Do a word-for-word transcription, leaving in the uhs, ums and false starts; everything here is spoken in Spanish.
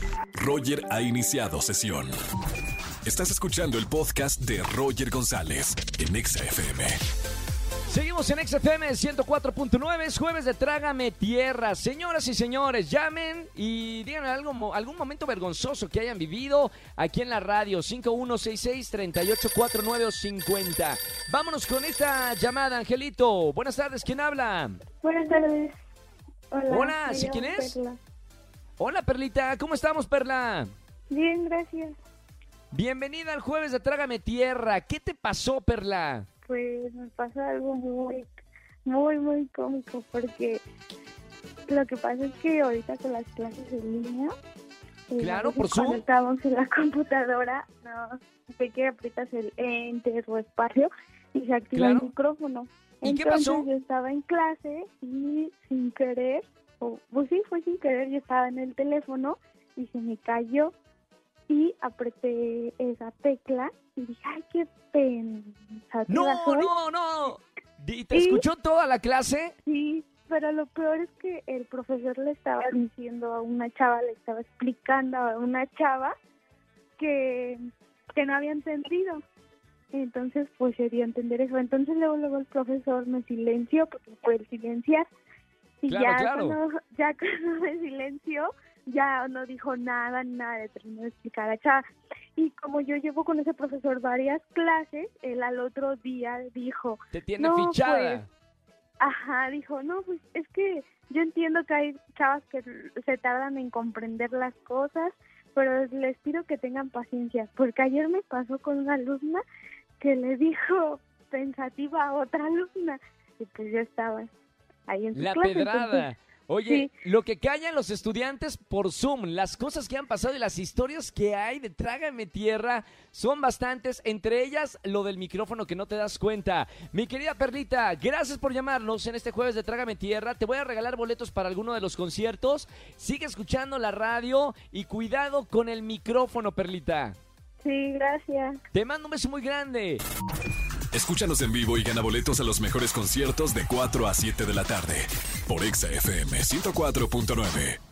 Roger ha iniciado sesión. Estás escuchando el podcast de Roger González en Exa F M. Seguimos en Exa F M ciento cuatro punto nueve, es jueves de Trágame Tierra. Señoras y señores, llamen y digan algo, algún momento vergonzoso que hayan vivido aquí en la radio. Cinco uno seis seis, tres ocho cuatro nueve cinco cero. Vámonos con esta llamada, Angelito. Buenas tardes, ¿quién habla? Buenas tardes. Hola. Hola, ¿sí quién es? Perla. Hola, Perlita, ¿cómo estamos, Perla? Bien, gracias. Bienvenida al jueves de Trágame Tierra. ¿Qué te pasó, Perla? Pues me pasó algo muy, muy, muy cómico porque lo que pasa es que ahorita con las clases en línea, claro, por cuando Zoom, estábamos en la computadora, no sé que aprietas el enter o espacio y se activa claro. el micrófono. ¿Y Entonces, qué pasó? yo estaba en clase y sin querer, o pues sí, fue sin querer, yo estaba en el teléfono y se me cayó. Y apreté esa tecla y dije, ay, qué pena. No, no, no. ¿Y te ¿Y? escuchó toda la clase? Sí, pero lo peor es que el profesor le estaba diciendo a una chava, le estaba explicando a una chava que, que no había entendido. Entonces, pues se dio a entender eso. Entonces luego, luego el profesor me silenció porque me puede silenciar. Y claro, ya, claro. Cuando, ya cuando me silenció, ya no dijo nada, nada, de terminó de explicar a chava. Y como yo llevo con ese profesor varias clases, él al otro día dijo... Te tiene no, fichada. Pues, ajá, dijo, no, pues es que yo entiendo que hay chavas que se tardan en comprender las cosas, pero les pido que tengan paciencia, porque ayer me pasó con una alumna que le dijo pensativa a otra alumna, y pues yo estaba ahí en su La clase. pedrada. Entonces, Oye, sí. lo que callan los estudiantes por Zoom, las cosas que han pasado y las historias que hay de Trágame Tierra son bastantes, entre ellas lo del micrófono que no te das cuenta. Mi querida Perlita, gracias por llamarnos en este jueves de Trágame Tierra. Te voy a regalar boletos para alguno de los conciertos. Sigue escuchando la radio y cuidado con el micrófono, Perlita. Sí, gracias. Te mando un beso muy grande. Escúchanos en vivo y gana boletos a los mejores conciertos de cuatro a siete de la tarde por Exa F M ciento cuatro punto nueve.